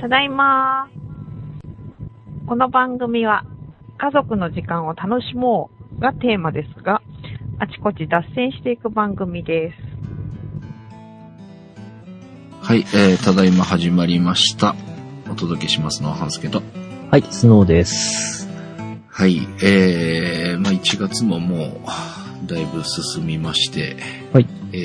だいま。この番組は家族の時間を楽しもうがテーマですが、あちこち脱線していく番組です。 はい、ただいま始まりました。お届けしますのは半助と。 はい、スノーです。 はい、1月ももうだいぶ進みまして、 はい。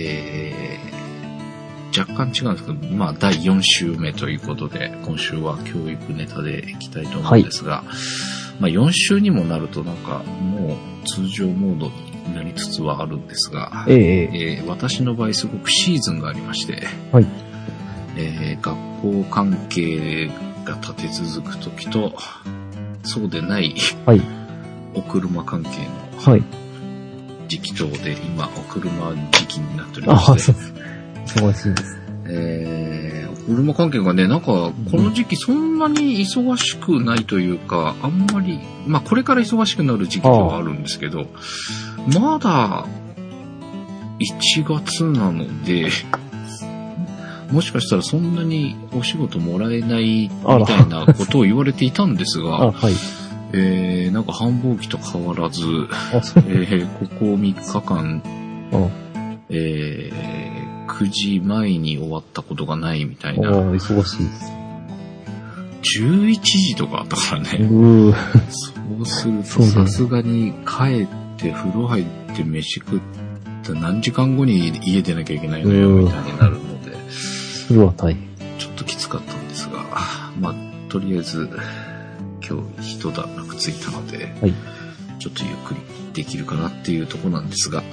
若干違うんですけど、第4週目ということで、今週は教育ネタでいきたいと思うんですが、4週にもなるとなんかもう通常モードになりつつはあるんですが、私の場合すごくシーズンがありまして、 はい。 学校関係が立て続くときと、そうでない、 はい。 お車関係の、 はい。 時期等で今お車時期になっておりまして、 そうです。忙しいです。 お車関係がね、なんかこの時期そんなに忙しくないというか、あんまり、これから忙しくなる時期ではあるんですけど、まだ1月なので、もしかしたらそんなにお仕事もらえないみたいなことを言われていたんですが、 はい。 なんか繁忙期と変わらず、ここ3日間、9時前に終わったことがないみたいな。 忙しいです。 11時とかあったからね。そうするとさすがに帰って風呂入って飯食った何時間後に家出なきゃいけないのよみたいになるので。 それは大変。 ちょっときつかったんですが、とりあえず今日一段落ついたので、 はい、 ちょっとゆっくりできるかなっていうところなんですが、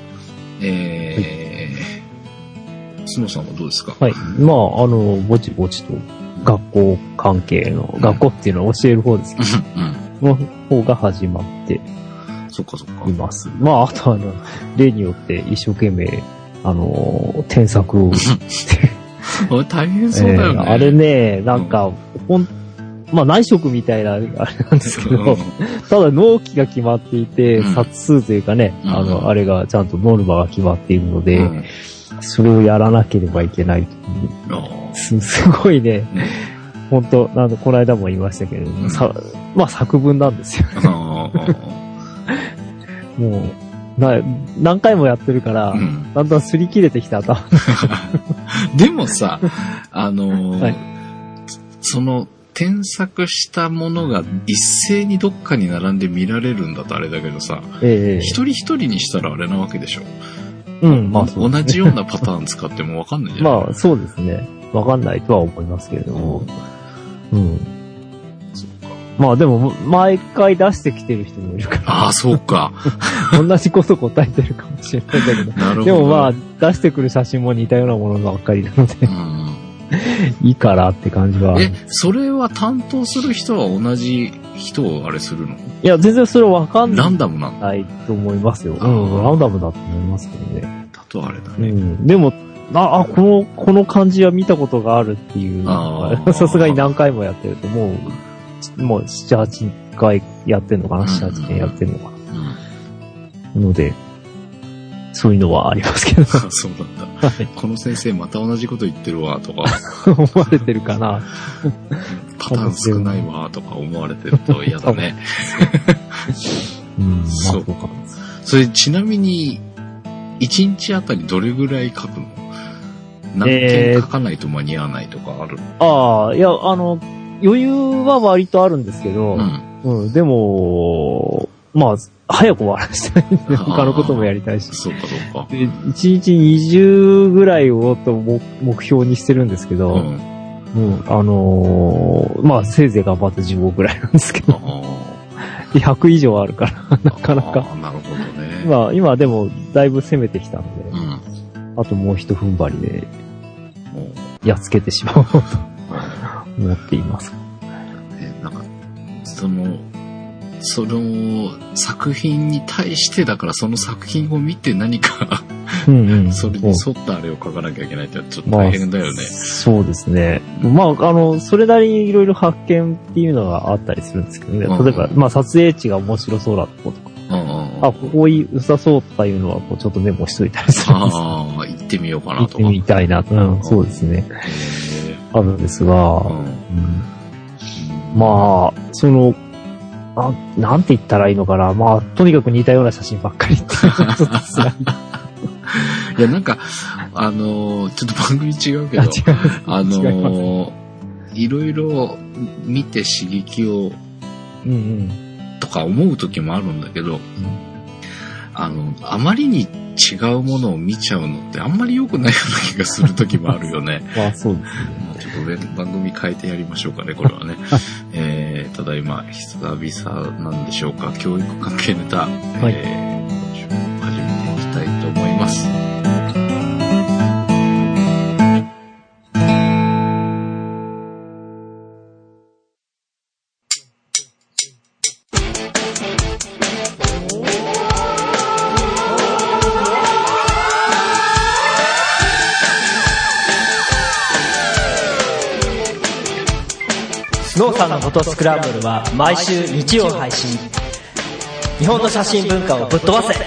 スノーさんはどうですか？ はい。ぼちぼちと学校関係の、学校っていうのは教える方ですけど、の方が始まっています。あと例によって一生懸命、添削をして、 大変そうだよね。 あれね、なんか、内職みたいなあれなんですけど、ただ納期が決まっていて、冊数というかね、あれがちゃんとノルマが決まっているので、それをやらなければいけないと。すごいね、本当この間も言いましたけれども、作文なんですよ。もう、何回もやってるから、だんだん擦り切れてきた頭。 でもさ、その添削したものが一斉にどっかに並んで見られるんだとあれだけどさ、一人一人にしたらあれなわけでしょ。同じようなパターン使ってもわかんないじゃん。 そうですね。わかんないとは思いますけれども。そっか。でも、毎回出してきてる人もいるから。そうか。同じこと答えてるかもしれないんだけど。なるほど。でも出してくる写真も似たようなものばっかりなので。いいからって感じは。 それは担当する人は同じ人をあれするの？ いや、全然それわかんない。 ランダムなんだ。 ないと思いますよ。ランダムだと思いますけどね。 だとあれだね。 でも、この感じは見たことがあるっていう。さすがに何回もやってると、もう7、8回やってんのかな？ 7、8件やってんのかな？ので、そういうのはありますけど。 そうなんだ。この先生また同じこと言ってるわ、とか。 思われてるかな。 パターン少ないわ、とか思われてると嫌だね。そうか。それちなみに、1日あたりどれぐらい書くの？何件書かないと間に合わないとかあるの？ いや、余裕は割とあるんですけど、でも、早く終わらせたいんで、他のこともやりたいし。 そうか、そうか。 で、1日20ぐらいを目標にしてるんですけど、せいぜい頑張って15ぐらいなんですけど、100以上あるから、なかなか。 なるほどね。 今でもだいぶ攻めてきたんで、あともう一踏ん張りで、やっつけてしまおうと思っています。 なんか、その作品に対してだからその作品を見て何かそれに沿ったあれを書かなきゃいけないってちょっと大変だよね。 そうですね。それなりにいろいろ発見っていうのがあったりするんですけどね。例えば、撮影地が面白そうだとことか。ここ良さそうとかいうのはちょっとメモしといたりするんです。 行ってみようかなとか。 行ってみたいな。そうですね。あるんですが、 まあ、なんて言ったらいいのかな。まあ、とにかく似たような写真ばっかりってちょっと辛い。 いや、なんか、ちょっと番組違うけど、いろいろ見て刺激を、とか思う時もあるんだけど、あまりに違うものを見ちゃうのってあんまり良くないような気がする時もあるよね。 まあ、そうですね。 ちょっと番組変えてやりましょうかね、これはね。ただいま、久々なんでしょうか、教育関係ネタ、今週も始めていきたいと思います。 スノーさんのフォトスクランブルは毎週日曜配信。日本の写真文化をぶっ飛ばせ。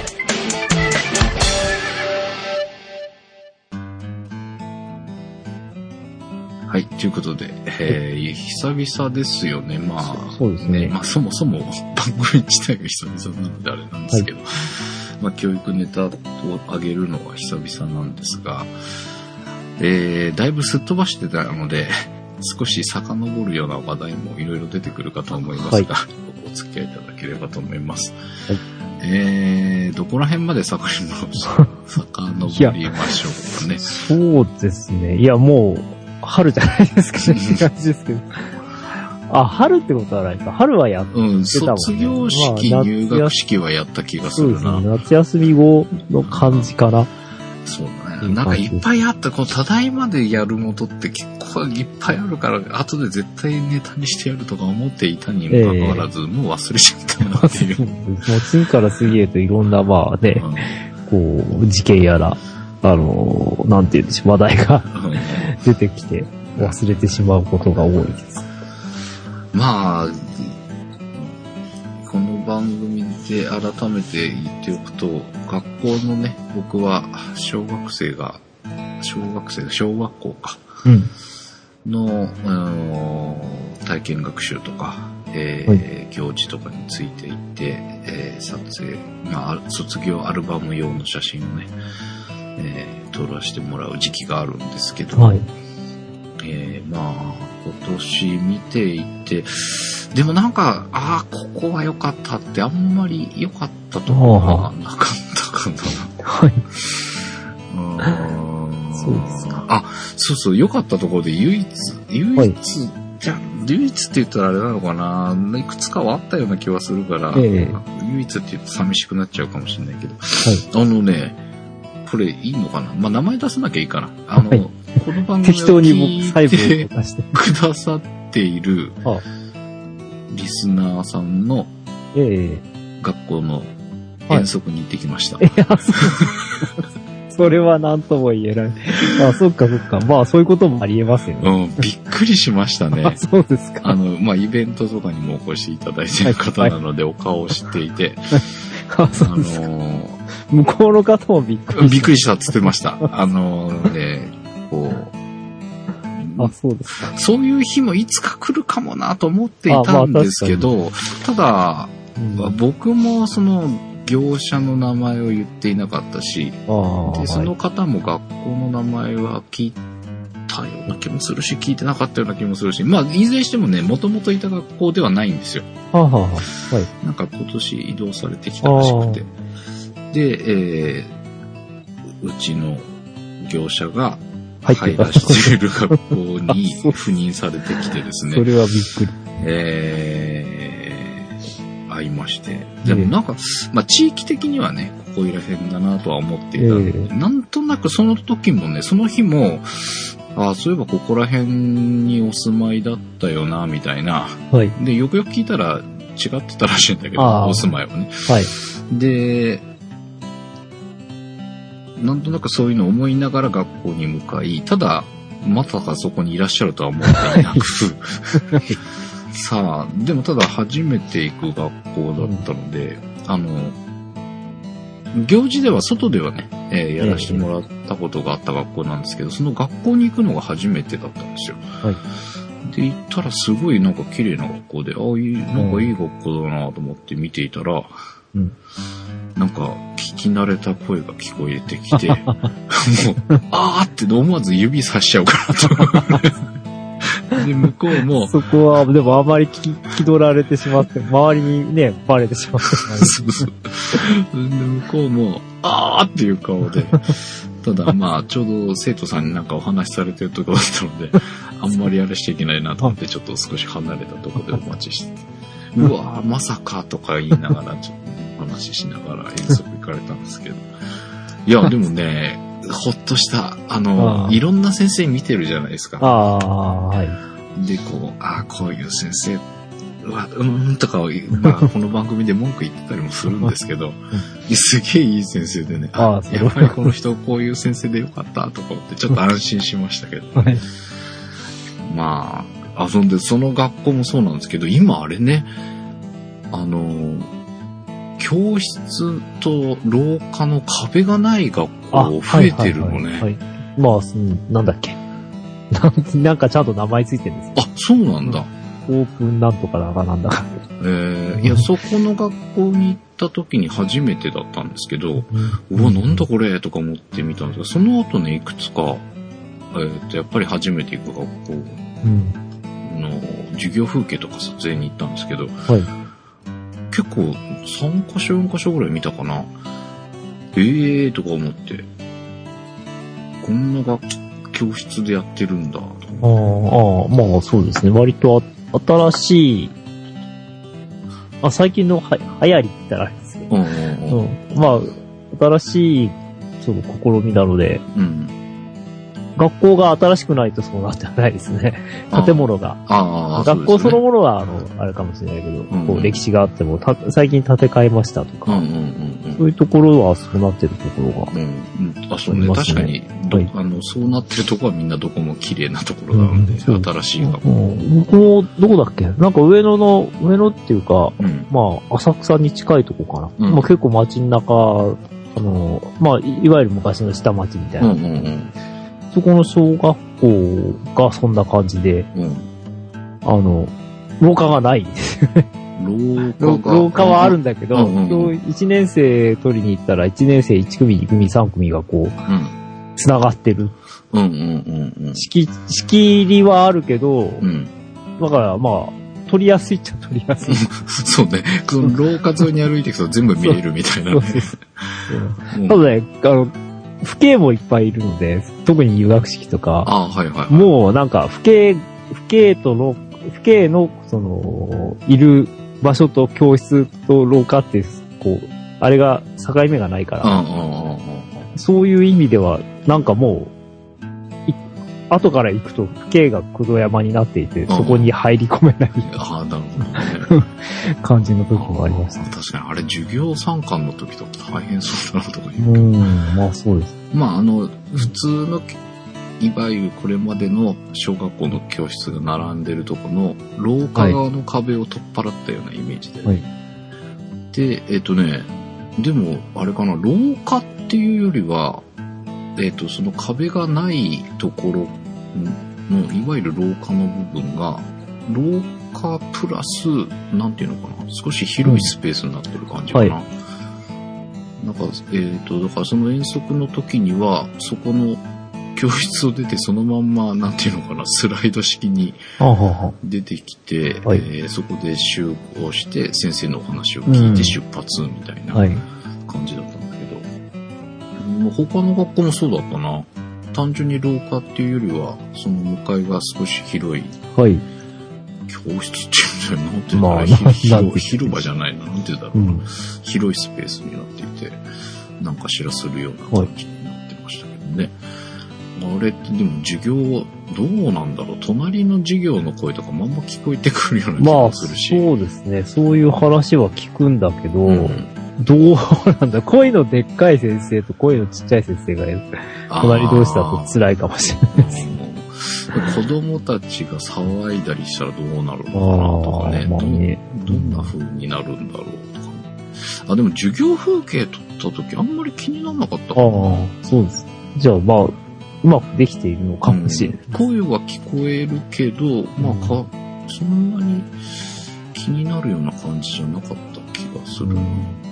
はい、ということで、久々ですよね。まあ、 そうですね。 まあ、そもそも番組自体が久々なのであれなんですけど、まあ、教育ネタを上げるのは久々なんですが、だいぶすっ飛ばしてたので、少し遡るような話題もいろいろ出てくるかと思いますが、お付き合いいただければと思います。どこら辺まで遡りましょうかね。 そうですね。いや、もう、春じゃないですかねって感じですけど。あ、春ってことはないか。春はやってたもんね。 卒業式、入学式はやった気がするな。 そうですね。夏休み後の感じかな。 そうだね。なんかいっぱいあった、このただいまでやることって結構いっぱいあるから、後で絶対ネタにしてやるとか思っていたにもかかわらず、もう忘れちゃったなっていう。 もう次から次へといろんな、まあね、こう、事件やら、なんて言うんでしょう、話題が出てきて忘れてしまうことが多いです。 まあ、この番組で改めて言っておくと、学校のね、僕は小学校か、の、体験学習とか、行事とかについていって、撮影、まあ、卒業アルバム用の写真をね、撮らせてもらう時期があるんですけど、まあ、今年見ていて、でもなんか、ここは良かったってあんまり良かったところがなかったかな。 そうですか。 そう、良かったところで唯一って言ったらあれなのかな、いくつかはあったような気はするから、唯一って言うと寂しくなっちゃうかもしれないけど、これいいのかな、まあ、名前出さなきゃいいかな。この番組を聞いてくださっているリスナーさんの学校の遠足に行ってきました。 それは何とも言えない。そっか。まあ、そういうこともありえますよね。 びっくりしましたね。 そうですか。 まあ、イベントとかにもお越しいただいている方なので、お顔を知っていて、 向こうの方もびっくりした。 びっくりしたって言ってました。 そうですか。 そういう日もいつか来るかもなと思っていたんですけど、ただ、僕もその業者の名前を言っていなかったし、でその方も学校の名前は聞いたような気もするし、聞いてなかったような気もするし、まあ、いずれにしてもね、もともといた学校ではないんですよ。なんか今年移動されてきたらしくて。で、うちの業者が入らしている学校に赴任されてきてですね。 それはびっくり。 会いまして。でもなんか、まあ地域的にはね、ここいらへんだなとは思っていたので、なんとなくその時もね、その日も、そういえばここら辺にお住まいだったよな、みたいな。で、よくよく聞いたら違ってたらしいんだけど、お住まいはね。で、なんとなくそういうのを思いながら学校に向かい、ただ、まさかそこにいらっしゃるとは思っていなく、さあ、でもただ初めて行く学校だったので、行事では外ではね、やらせてもらったことがあった学校なんですけど、その学校に行くのが初めてだったんですよ。 で、行ったらすごいなんか綺麗な学校で、なんかいい学校だなと思って見ていたら、なんか聞き慣れた声が聞こえてきて、もう、あーって思わず指さしちゃうからと。で、向こうも、 そこは、でもあまり気取られてしまって、周りにね、バレてしまって。 そうそう。で、向こうも、あーっていう顔で、ただまあ、ちょうど生徒さんになんかお話しされてるところだったので、あんまりあれしちゃいけないなと思って、ちょっと少し離れたところでお待ちしてて、うわー、まさかとか言いながら、ちょっと話しながら遠足行かれたんですけど。いや、でもね、ほっとした、いろんな先生見てるじゃないですか。 はい。 で、こういう先生、とか、まあ、この番組で文句言ってたりもするんですけど、すげえいい先生でね、やっぱりこの人こういう先生でよかったとか思ってちょっと安心しましたけど、まあ、そんで、その学校もそうなんですけど、今あれね、教室と廊下の壁がない学校増えてるのね。 まあ、なんだっけ。なんかちゃんと名前ついてるんですよ。 あ、そうなんだ。 オープンなんとかなんだか。 いや、そこの学校に行った時に初めてだったんですけど、うわ、なんだこれとか思ってみたんですが、その後ね、いくつか、やっぱり初めて行く学校の授業風景とか撮影に行ったんですけど、結構3カ所4カ所ぐらい見たかな。とか思って、こんな教室でやってるんだと。 まあそうですね。割と新しい、最近の流行りって言ったらあれですけど、まあ、新しい、試みなので、学校が新しくないとそうなってはないですね。建物が。学校そのものは、あれかもしれないけど、こう歴史があっても、最近建て替えましたとか、そういうところはそうなってるところが。 そうね。確かに、そうなってるところはみんなどこも綺麗なところなので、新しい学校。 僕も、どこだっけなんか上野っていうか、まあ、浅草に近いとこかな。まあ結構街の中、まあ、いわゆる昔の下町みたいな。そこの小学校がそんな感じで、廊下がないんですよね。廊下はあるんだけど、今日1年生取りに行ったら1年生1組、2組、3組がこう、繋がってる。仕切りはあるけど、だからまあ、取りやすいっちゃ取りやすい。 そうね。その廊下沿いに歩いていくと全部見えるみたいな、ね。 ただね、父兄もいっぱいいるので、特に入学式とか、もうなんか父兄のいる場所と教室と廊下って、こう、あれが境目がないから、そういう意味では、なんかもう、後から行くと父兄が黒山になっていて、そこに入り込めない。 なるほどね。 感じの時もありました。 確かに、あれ授業参観の時とか大変そうだなとかまあそうです。 まあ普通の、いわゆるこれまでの小学校の教室が並んでるとこの廊下側の壁を取っ払ったようなイメージで。で、でも、あれかな、廊下っていうよりは、その壁がないところの、いわゆる廊下の部分が、廊下プラス、なんていうのかな、少し広いスペースになってる感じかな。なんか、だからその遠足の時には、そこの教室を出てそのまんま、なんていうのかな、スライド式に出てきて、そこで集合して先生のお話を聞いて出発みたいな感じだったんだけど、他の学校もそうだったな。単純に廊下っていうよりは、その向かいが少し広い。教室っていうんだよ、なんていうんだろう、広場じゃないの、なんていうんだろう、広いスペースになっていて、なんかしらするような感じになってましたけどね。あれってでも授業、どうなんだろう、隣の授業の声とかまんま聞こえてくるような気がするし。 そうですね、そういう話は聞くんだけど、どうなんだ、声のでっかい先生と声のちっちゃい先生がいる。隣同士だと辛いかもしれないです。 子供たちが騒いだりしたらどうなるのかなとかね。どんな風になるんだろうとかね。でも授業風景撮った時あんまり気にならなかったかな。 そうです。じゃあまあ、 うまくできているのかもしれない。 声は聞こえるけど、まあそんなに気になるような感じじゃなかった気がするな。なん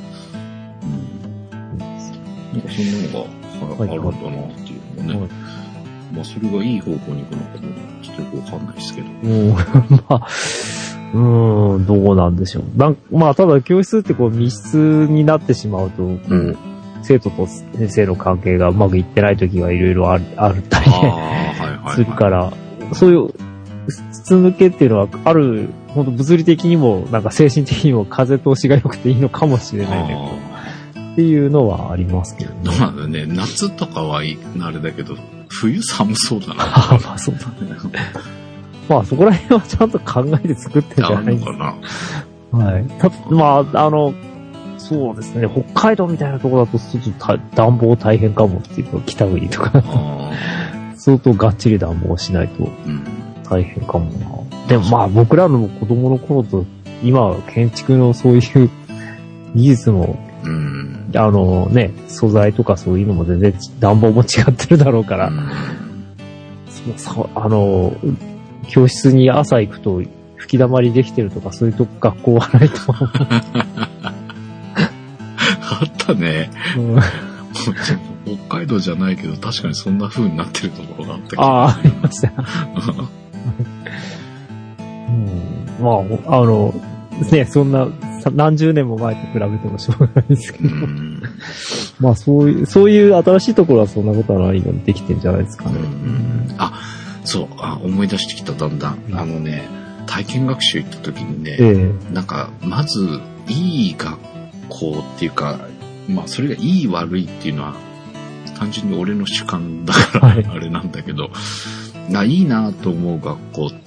かそんなのがあるんだなっていうのね。まあそれがいい方向に行くのかどうかちょっとよくわかんないですけど。 まあ、どうなんでしょう。まあただ教室ってこう密室になってしまうと、生徒と先生の関係がうまくいってない時がいろいろあったりするから、そういう筒抜けっていうのは本当物理的にもなんか精神的にも風通しが良くていいのかもしれないんだけど、っていうのはありますけどね。 どうなんだね。夏とかはあれだけど、冬寒そうだな。 まあそうだね。まあそこら辺はちゃんと考えて作ってんじゃないですか。はい。まあそうですね。北海道みたいなところだとちょっと暖房大変かもっていうか、北国とか。相当がっちり暖房しないと大変かもな。でもまあ僕らの子供の頃と今建築のそういう技術も、素材とかそういうのも全然暖房も違ってるだろうから、教室に朝行くと吹き溜まりできてるとかそういう学校はないと思う。 あったね。北海道じゃないけど確かにそんな風になってるところがあったけど。 ありました。まあ、そんな何十年も前と比べてもしょうがないですけど。まあそういう新しいところはそんなことはないのにできてんじゃないですかね。 そう、思い出してきただんだん。体験学習行った時にね、なんか、まず、いい学校っていうか、まあそれがいい悪いっていうのは、単純に俺の主観だから、あれなんだけど、いいなと思う学校って、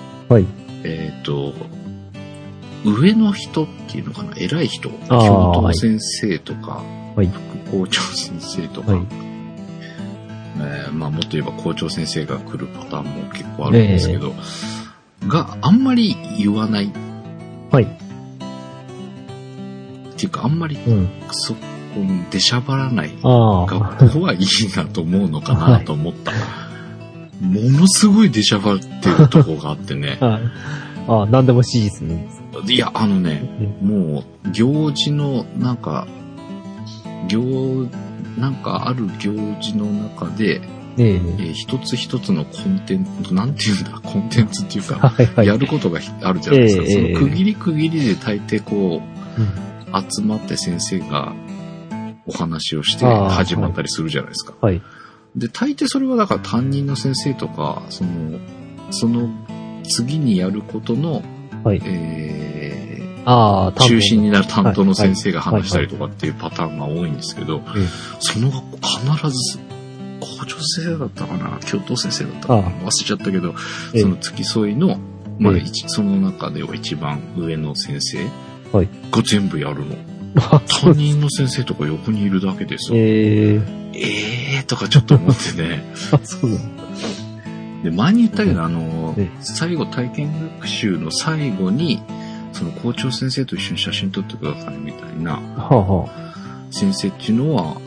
上の人っていうのかな、偉い人、教頭先生とか、副校長先生とか、まあもっと言えば校長先生が来るパターンも結構あるんですけど、があんまり言わない。っていうかあんまり、そこに出しゃばらない学校はいいなと思うのかなと思った。ものすごい出しゃばってるとこがあってね。 何でも指示するんです。 いや、もう、行事の、ある行事の中で、一つ一つのコンテンツ、なんていうんだ、コンテンツっていうか、やることがあるじゃないですか。その区切り区切りで大抵こう、集まって先生がお話をして始まったりするじゃないですか。で、大抵それはだから担任の先生とか、その次にやることの、中心になる担当の先生が話したりとかっていうパターンが多いんですけど、その学校必ず、校長先生だったかな、教頭先生だったかな、忘れちゃったけど、その付き添いの、その中では一番上の先生が全部やるの。担任の先生とか横にいるだけですよ。とかちょっと思ってね。で、前に言ったけど、最後体験学習の最後に、その校長先生と一緒に写真撮ってくださいみたいな先生っていうのは、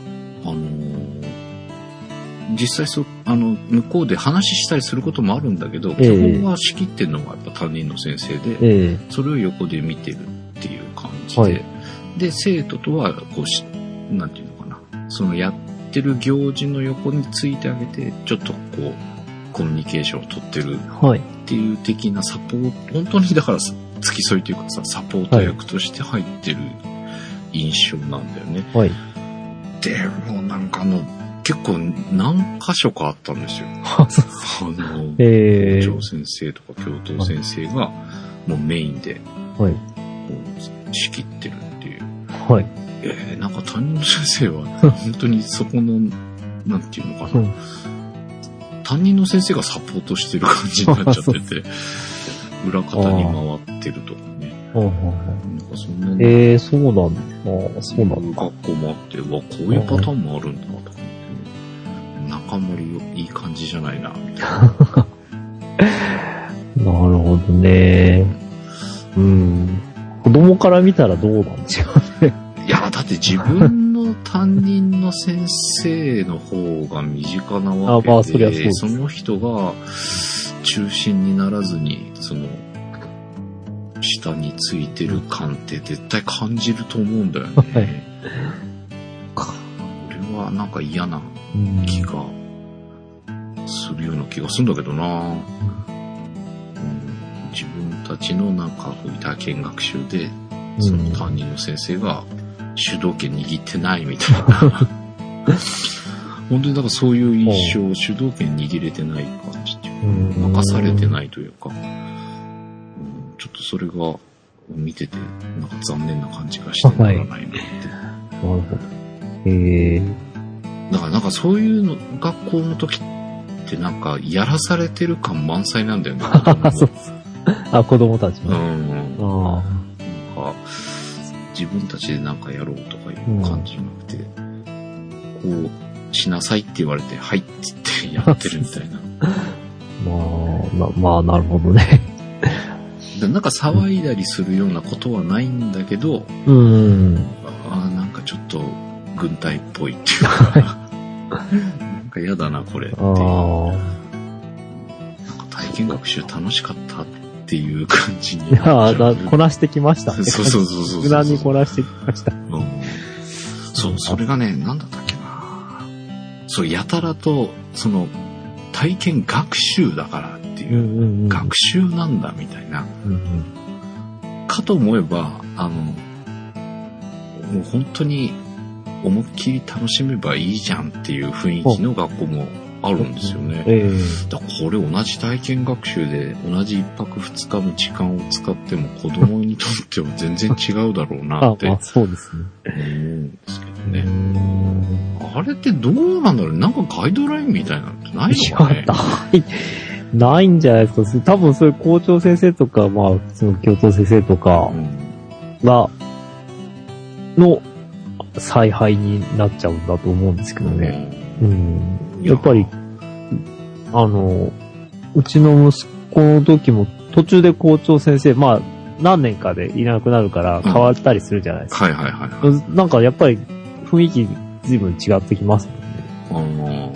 実際向こうで話したりすることもあるんだけど、基本は仕切ってるのがやっぱ担任の先生で、それを横で見てるっていう感じで、で、生徒とは、なんていうのかな、そのやってる行事の横についてあげて、ちょっとこう、コミュニケーションを取ってるっていう的なサポート、本当にだから付き添いというかさ、サポート役として入ってる印象なんだよね。でも結構何箇所かあったんですよ。校長先生とか教頭先生がもうメインで、仕切ってるっていう。なんか担任の先生は本当にそこの、なんていうのかな。担任の先生がサポートしてる感じになっちゃってて、裏方に回ってるとかね。なんかそんなそうなんだ。そうなんだ。 学校もあって、こういうパターンもあるんだとか思ってね。仲間りいい感じじゃないな、みたいな。 なるほどね。子供から見たらどうなんでしょうね。 いや、だって自分のの担任の先生の方が身近なわけで、 まあそりゃそうです。 その人が中心にならずに、下についてる感って絶対感じると思うんだよね。 はい。 これはなんか嫌な気がするような気がするんだけどな、自分たちのなんか体験学習で、その担任の先生が主導権握ってないみたいな。本当にだからそういう印象、主導権握れてない感じっていうか、任されてないというか、ちょっとそれが見てて、なんか残念な感じがしてならないなって。なるほど。 だからなんかそういうの、学校の時ってなんかやらされてる感満載なんだよね。 そう子供たちも。 なんか自分たちでなんかやろうとかいう感じじゃなくて、こうしなさいって言われて、はいって言ってやってるみたいな。 まあ、なるほどね。 なんか騒いだりするようなことはないんだけど、なんかちょっと軍隊っぽいっていうか、なんか嫌だなこれっていう。なんか体験学習楽しかったっていう感じに。 こなしてきましたね。 そう。 無難にこなしてきました。 そう、それがね、なんだったっけな。そう、やたらと、体験学習だからっていう、学習なんだみたいな。かと思えば、もう本当に思いっきり楽しめばいいじゃんっていう雰囲気の学校もあるんですよね。だからこれ同じ体験学習で同じ1泊2日の時間を使っても子供にとっては全然違うだろうなってそうですね。 思うんですけどね。あれってどうなんだろう、なんかガイドラインみたいなのってないのかね。 ないんじゃないですか。多分そういう校長先生とか、その教頭先生とかの采配になっちゃうんだと思うんですけどね。やっぱり、うちの息子の時も途中で校長先生、何年かでいなくなるから変わったりするじゃないですか。なんかやっぱり雰囲気随分違ってきますもんね。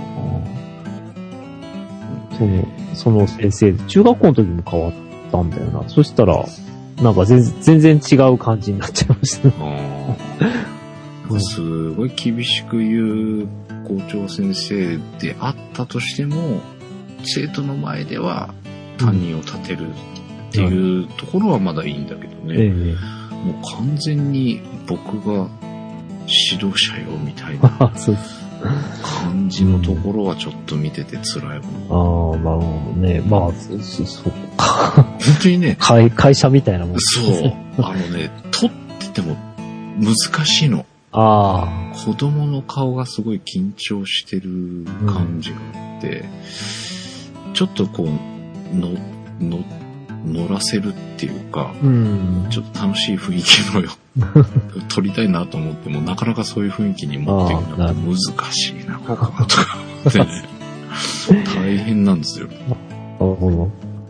その先生、中学校の時も変わったんだよな。そしたら、なんか全然違う感じになっちゃいましたね。 すごい厳しく言う校長先生であったとしても、生徒の前では担任を立てるっていうところはまだいいんだけどね。もう完全に僕が指導者よみたいな感じのところはちょっと見てて辛いもん。 なるほどね。そうか。 本当にね。 会社みたいなもん。 そう。撮ってても難しいの。子供の顔がすごい緊張してる感じがあって、ちょっとこう、乗らせるっていうか、ちょっと楽しい雰囲気の撮りたいなと思っても、なかなかそういう雰囲気に持っていくのが難しいな、ここはとかってね。大変なんですよ。なるほ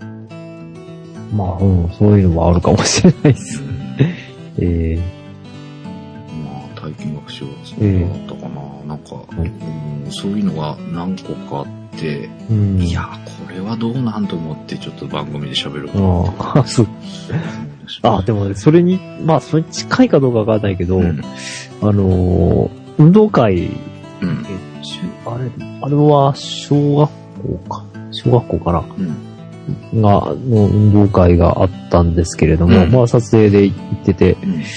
ど。そういうのもあるかもしれないですね。 体験学習はそうだったかな。なんか、そういうのが何個かあって、いや、これはどうなんと思ってちょっと番組で喋ると思って。 でもそれに近いかどうかわかんないけど、運動会、あれは小学校かな。の運動会があったんですけれども、撮影で行ってて、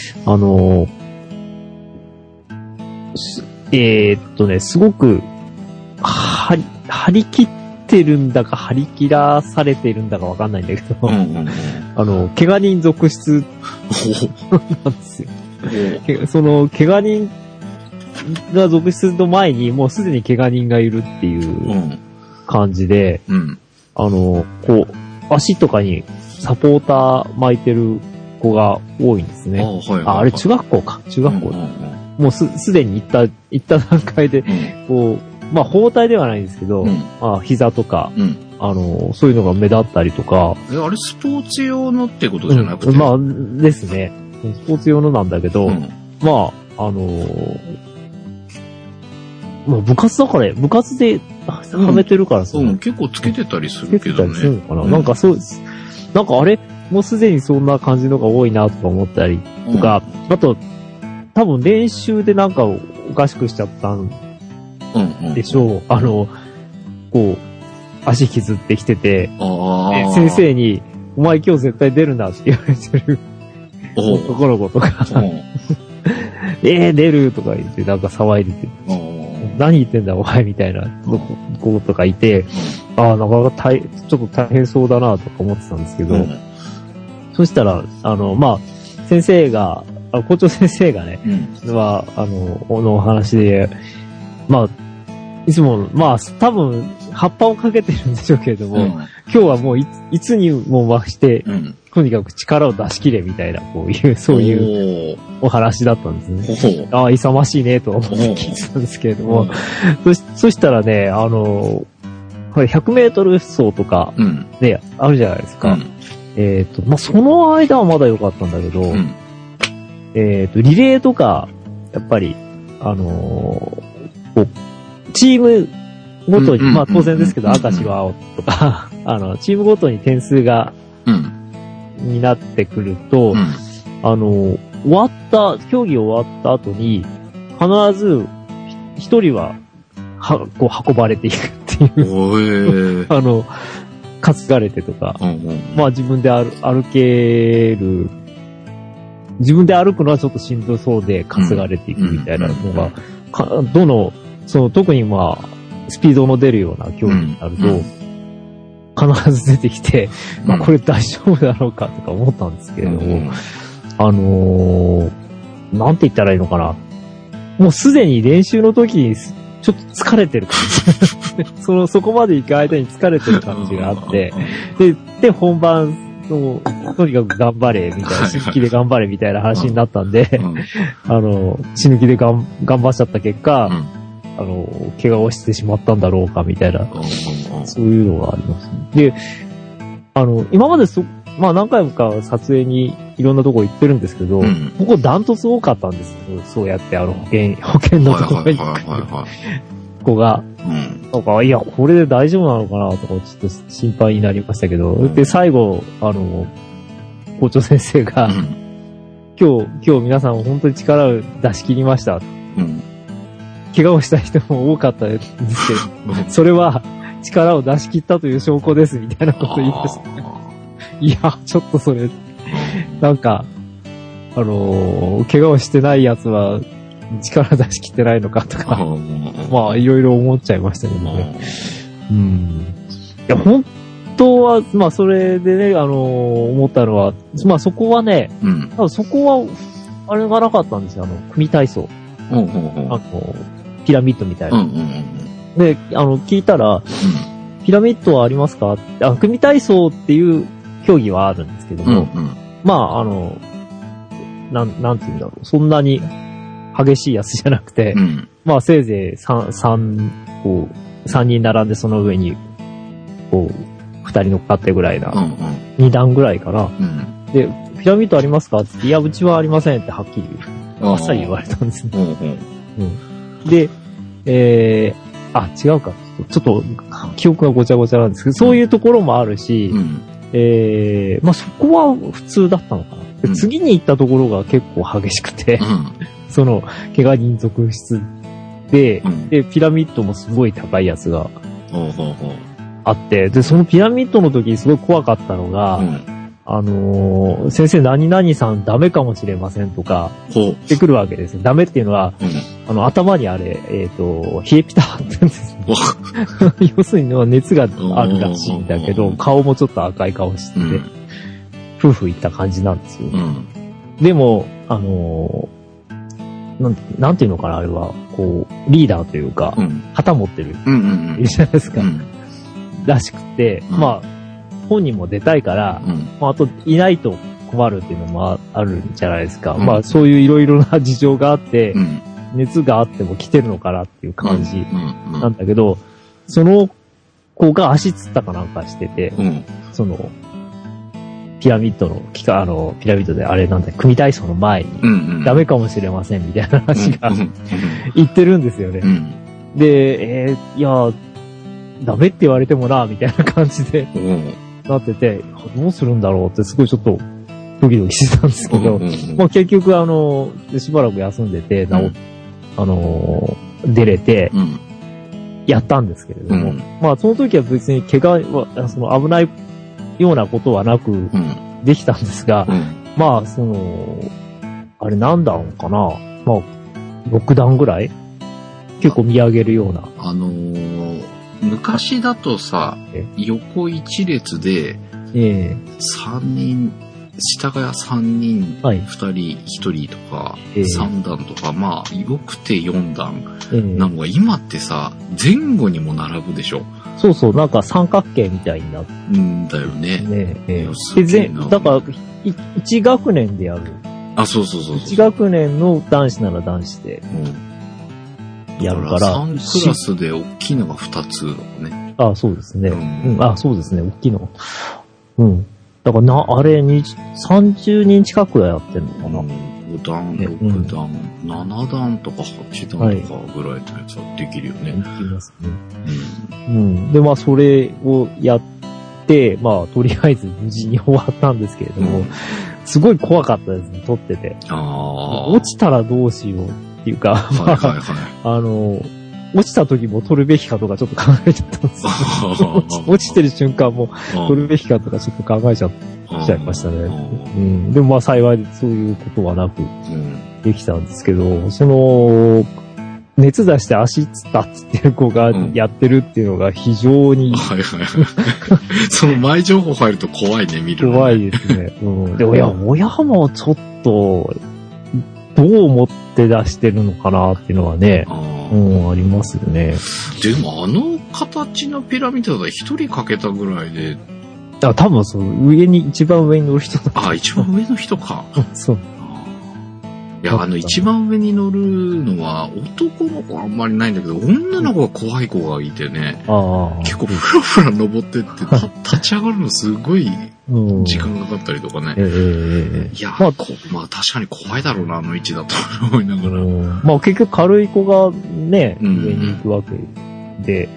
すごく、張り切ってるんだか、張り切らされてるんだかわかんないんだけど、怪我人続出なんですよ。その、怪我人が続出の前に、もうすでに怪我人がいるっていう感じで、こう、足とかにサポーター巻いてる子が多いんですね。あれ中学校か。中学校。もうすでに行った段階で、こう、包帯ではないんですけど、膝とか、そういうのが目立ったりとか。 あれスポーツ用のってことじゃなくて、 ですね。スポーツ用のなんだけど、 まあ部活だから、部活ではめてるからそう、結構つけてたりするけどね。 つけてたりするのかな、なんかそう、なんかあれ、もうすでにそんな感じのが多いなとか思ったりとか、あと、多分練習でなんかおかしくしちゃったんでしょう。こう、足削ってきてて、先生に、お前今日絶対出るなって言われてる男の子とか、出るとか言ってなんか騒いでて、何言ってんだお前みたいな子とかいて、なかなかちょっと大変そうだなとか思ってたんですけど、そしたら、まあ、先生が、校長先生がね、は、お話で、まあ、いつも、まあ、多分、葉っぱをかけてるんでしょうけれども、今日はもういつにも増して、とにかく力を出し切れみたいな、こういう、そういうお話だったんですね。勇ましいね、と思って聞いてたんですけれども、そしたらね、100メートル走とか、ね、あるじゃないですか。まあ、その間はまだ良かったんだけど、リレーとか、やっぱり、チームごとに、まあ当然ですけど、赤、白、青とか、チームごとに点数が、になってくると、競技終わった後に、必ず、一人は、こう運ばれていくっていう、担がれてとか、まあ自分で歩ける、自分で歩くのはちょっとしんどそうで担がれていくみたいなのが、特にまあ、スピードの出るような競技になると、必ず出てきて、まあこれ大丈夫だろうかとか思ったんですけれども、なんて言ったらいいのかな。もうすでに練習の時にちょっと疲れてる感じ。そこまで行く間に疲れてる感じがあって、で、本番、とにかく頑張れ、みたいな、死ぬ気で頑張れ、みたいな話になったんで、死ぬ気で頑張っちゃった結果、怪我をしてしまったんだろうか、みたいな、そういうのがありますね。で、今までまあ何回か撮影にいろんなとこ行ってるんですけど、ここダントツ多かったんですよ。そうやって保険のところに行く子が。なんか、いや、これで大丈夫なのかなとか、ちょっと心配になりましたけど、で、最後、校長先生が、今日皆さん本当に力を出し切りました。怪我をした人も多かったんですけど、それは力を出し切ったという証拠です、みたいなことを言いました。いや、ちょっとそれ、なんか、怪我をしてない奴は力出し切ってないのかとか、まあ、いろいろ思っちゃいましたけどね。いや、本当は、まあ、それでね、思ったのは、まあ、そこはね、多分そこは、あれがなかったんですよ、組体操。ピラミッドみたいな。で、聞いたら、ピラミッドはありますか？組体操っていう競技はあるんですけども、まあ、なんていうんだろう、そんなに激しいやつじゃなくて、まあ、せいぜい3人並んでその上に、こう、2人乗っかってぐらいな、2段ぐらいかな。で、ピラミッドありますかって言って、いや、うちはありませんってはっきり、あっさり言われたんですね。で、違うか。ちょっと、記憶がごちゃごちゃなんですけど、そういうところもあるし、まあ、そこは普通だったのかな。で、次に行ったところが結構激しくて、怪我人続出で、で、ピラミッドもすごい高いやつがあって、で、そのピラミッドの時にすごい怖かったのが、先生何々さんダメかもしれませんとか、言ってくるわけですよ。ダメっていうのは、頭にあれ、冷えピタって言うんですね。要するに熱があるらしいんだけど、顔もちょっと赤い顔してて、夫婦いった感じなんですよ。でも、なんていうのかな、あれは、こう、リーダーというか、旗持ってる、いるじゃないですか。らしくて、まあ、本人も出たいから、まあ、あと、いないと困るっていうのもあるんじゃないですか。まあ、そういういろいろな事情があって、熱があっても来てるのかなっていう感じなんだけど、その子が足つったかなんかしてて、ピラミッドの、ピラミッドであれなんだ、組体操の前に、ダメかもしれませんみたいな話が言ってるんですよね。 で、いや、ダメって言われてもな、みたいな感じでなってて、どうするんだろうってすごいちょっとドキドキしてたんですけど、まあ結局しばらく休んでて、出れて、やったんですけれども、まあその時は別に怪我は、危ないようなことはなく、できたんですが、まああれ何段かな、まあ6段ぐらい結構見上げるような。 昔だとさ、横一列で、3人、下が3人、2人、1人とか、3段とか、まあ、よくて4段。なのが、今ってさ、前後にも並ぶでしょ。 そうそう、なんか三角形みたいになって。 だよね。 で、だから、1学年でやる。 あ、そうそうそう。 1学年の男子なら男子で。やるから。 3クラスで大きいのが2つだもんね。 あ、そうですね。そうですね、大きいの。だからあれ30人近くはやってるのかな。 5段、6段、7段とか8段とかぐらいのやつはできるよね。できますね。で、まあ、それをやって、まあ、とりあえず無事に終わったんですけれども、すごい怖かったですね、撮ってて。落ちたらどうしようっていうか、落ちた時も撮るべきかとかちょっと考えちゃったんですよ。落ちてる瞬間も撮るべきかとかちょっと考えちゃいましたね。でもまあ幸いそういうことはなくできたんですけど、熱出して足つったって言ってる子がやってるっていうのが非常に、 その前情報入ると怖いね、見るの。 怖いですね。で、親もちょっと、どう思って出してるのかなっていうのはね、ありますよね。 でも形のピラミッドだ一人かけたぐらいで。 多分一番上に乗る人だ。 一番上の人か。 そう。 いや、一番上に乗るのは男の子はあんまりないんだけど、女の子が怖い子がいてね。結構ふらふら登ってって立ち上がるのすごい時間かかったりとかね。いや、まあ確かに怖いだろうな、あの位置だと思いながら。 まあ結局軽い子がね、上に行くわけで、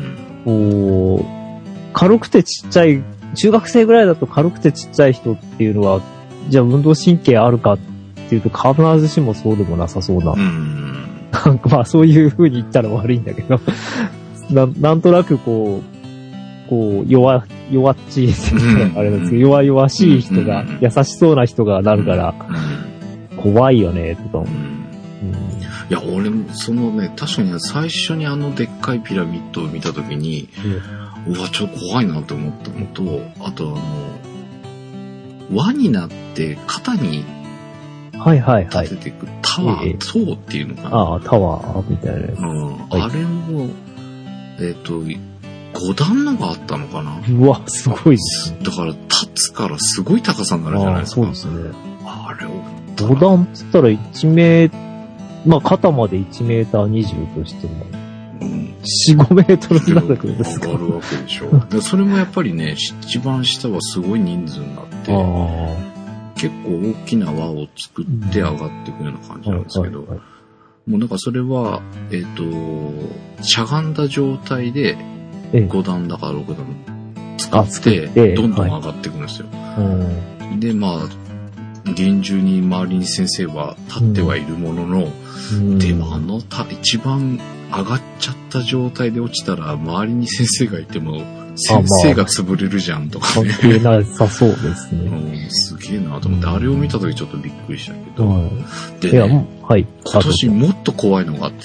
軽くてちっちゃい、中学生ぐらいだと軽くてちっちゃい人っていうのは、じゃあ運動神経あるかっていうと必ずしもそうでもなさそうな。なんかまあそういう風に言ったら悪いんだけど、なんとなく弱っちい、あれなんですけど、弱々しい人が、優しそうな人がなるから、怖いよね、とか思う。 いや、俺も、確かに最初にでっかいピラミッドを見たときに、うわ、ちょっと怖いなって思ったのと、あと輪になって肩に立てていくタワー、塔っていうのかな。 タワーみたいなやつ。 あれも、5段のがあったのかな。 うわ、すごいですね。 だから立つからすごい高さになるじゃないですか。 そうですね。 あれを。 5段って言ったらまあ肩まで1メーター20としても、4、5メートルになるわけですか。 上がるわけでしょ。でそれもやっぱりね、一番下はすごい人数になって、結構大きな輪を作って上がっていくような感じなんですけど、もうなんかそれは、しゃがんだ状態で、5段だから6段使って、どんどん上がっていくんですよ。で、まあ、厳重に周りに先生は立ってはいるものの、でも一番上がっちゃった状態で落ちたら、周りに先生がいても、先生が潰れるじゃんとかね。 関係なさそうですね。 すげえなと思って、あれを見たときちょっとびっくりしたけど。でね、今年もっと怖いのがあって、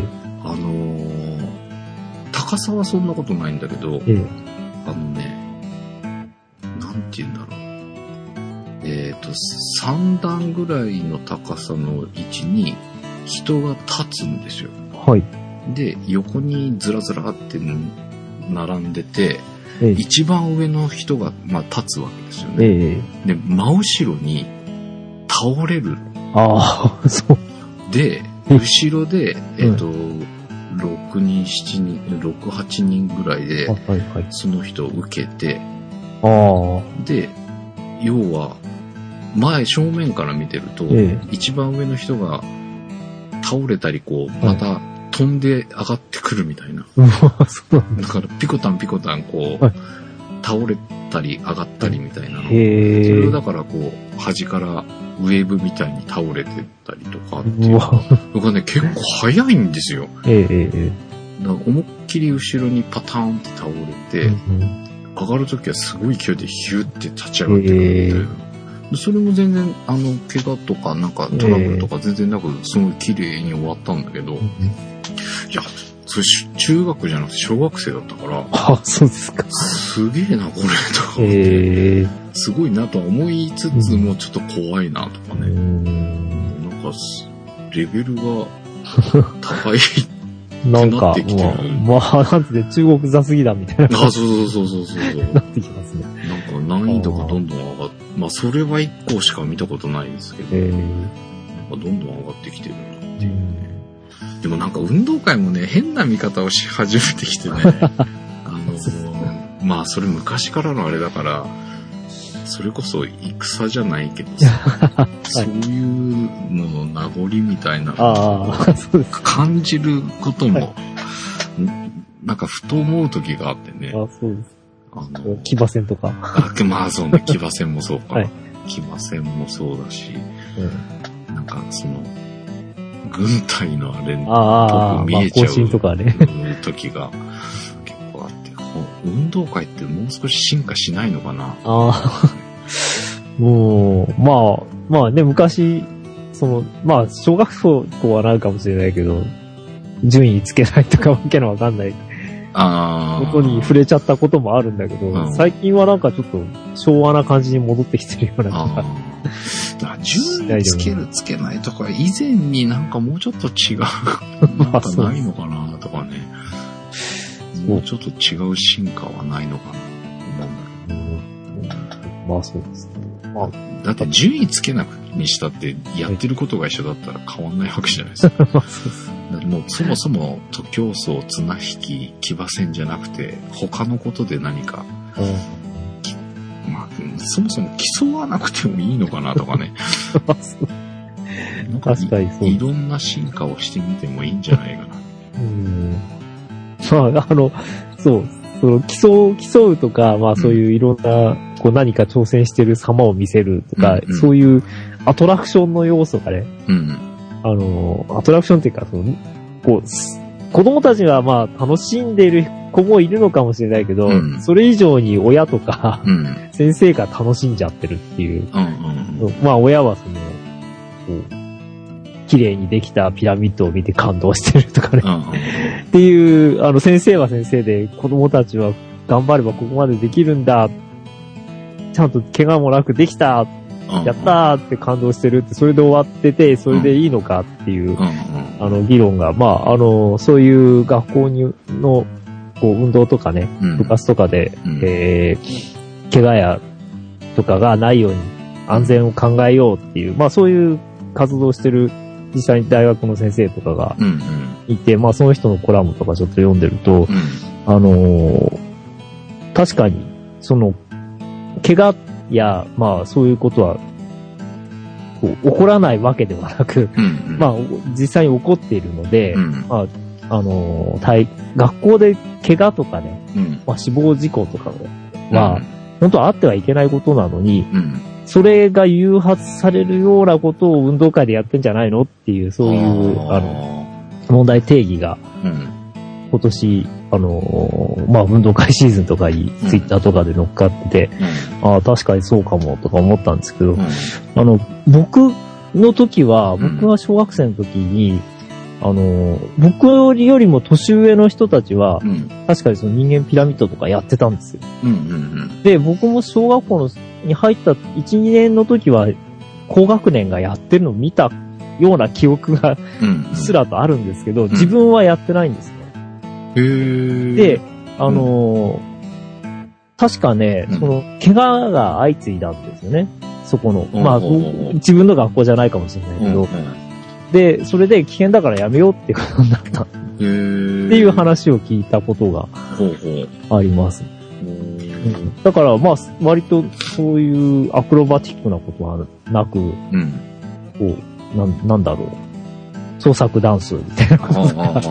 高さはそんなことないんだけど、なんて言うんだろう。3段ぐらいの高さの位置に人が立つんですよ。で、横にずらずらって並んでて、一番上の人が、立つわけですよね。で、真後ろに倒れる。 そう。 で、後ろで、6人、7人、6、8人ぐらいで、その人を受けて、で、要は、正面から見てると、一番上の人が倒れたり、また飛飛んで上がってくるみたいな。 そうなんだ。 だからピコタンピコタンこう、 はい倒れたり上がったりみたいなの。そへれをー。 だからこう、端からウェーブみたいに倒れてったりとかっていううわ。 のがね、結構早いんですよ。 えだから思いっきり後ろにパターンって倒れて、上がるときはすごい勢いでヒューって立ち上がってくるみたいな。でそれも全然、怪我とかなんかトラブルとか全然なく、すごい綺麗に終わったんだけど、いや、それ中学じゃなくて小学生だったから、 あ、そうですか。 すげえな、これ、とか思って、 えすごいなとは思いつつもちょっと怖いな、とかね。なんか、レベルが高い。 なんか、 なってきてるまあ、なんてね、中国座すぎだみたいな。 あ、そうそうそうそうなってきますね。 なんか難易度がどんどん上がって、まあそれは1個しか見たことないですけど、なんかどんどん上がってきてるなっていうね。でもなんか運動会もね、変な見方をし始めてきてね、まあそれ昔からのあれだから、それこそ戦じゃないけどさ、そういうのの名残みたいなああ、そうです。 感じることも、なんかふと思う時があってね。 あ、そうです。騎馬戦とか。 まあそうね、騎馬戦もそうか。 はい、 騎馬戦もそうだし、なんかその、軍隊のあれっぽく見えちゃう、 行進とかね、 時が結構あって、運動会ってもう少し進化しないのかな。 ああ、もう、まあね、昔、まあ、小学校はなるかもしれないけど、順位つけないとかわけのわかんないことに触れちゃったこともあるんだけど、最近はなんかちょっと昭和な感じに戻ってきてるような気が。 順位つけるつけないとか以前になんかもうちょっと違うなんかないのかなとかね。もうちょっと違う進化はないのかなと思うんだけど。 まあそうですね。まあ、 だって順位つけなくにしたってやってることが一緒だったら変わんないわけじゃないですか。もうそもそも徒競走、綱引き、騎馬戦じゃなくて他のことで何か、まあ、そもそも競わなくてもいいのかなとかね。なんか確かにそう。 いろんな進化をしてみてもいいんじゃないかな。 まあ、そう、競うとか、まあそういういろんな、こう何か挑戦してる様を見せるとか、そういうアトラクションの要素がね、アトラクションっていうか、こう、子供たちはまあ楽しんでいる子もいるのかもしれないけど、それ以上に親とか、先生が楽しんじゃってるっていう。まあ親はこう、綺麗にできたピラミッドを見て感動してるとかね。っていう、先生は先生で、子供たちは頑張ればここまでできるんだ。ちゃんと怪我もなくできた。やったーって感動してるって、それで終わってて、それでいいのかっていう、議論が、まあ、そういう学校の、こう、運動とかね、部活とかで、怪我や、とかがないように安全を考えようっていう、まあそういう活動をしてる、実際に大学の先生とかがいて、まあその人のコラムとかちょっと読んでると、確かに、怪我や、まあそういうことは、こう、起こらないわけではなく、まあ実際に起こっているので、まあ、学校で怪我とかね、まあ死亡事故とかは、本当はあってはいけないことなのに、それが誘発されるようなことを運動会でやってんじゃないのっていう、そういう、問題定義が、今年、まあ、運動会シーズンとかにツイッターとかで乗っかってて、ああ、確かにそうかもとか思ったんですけど、僕は小学生の時に、僕よりも年上の人たちは、確かにその人間ピラミッドとかやってたんですよ。で、僕も小学校に入った1、2年の時は、高学年がやってるのを見たような記憶がすらとあるんですけど、自分はやってないんですね。で、確かね、怪我が相次いだんですよね。そこの。まあ、自分の学校じゃないかもしれないけど、で、それで危険だからやめようってことになった。っていう話を聞いたことがあります。だから、まあ、割とそういうアクロバティックなことはなく、こう、なんだろう。 創作ダンスみたいなこととか、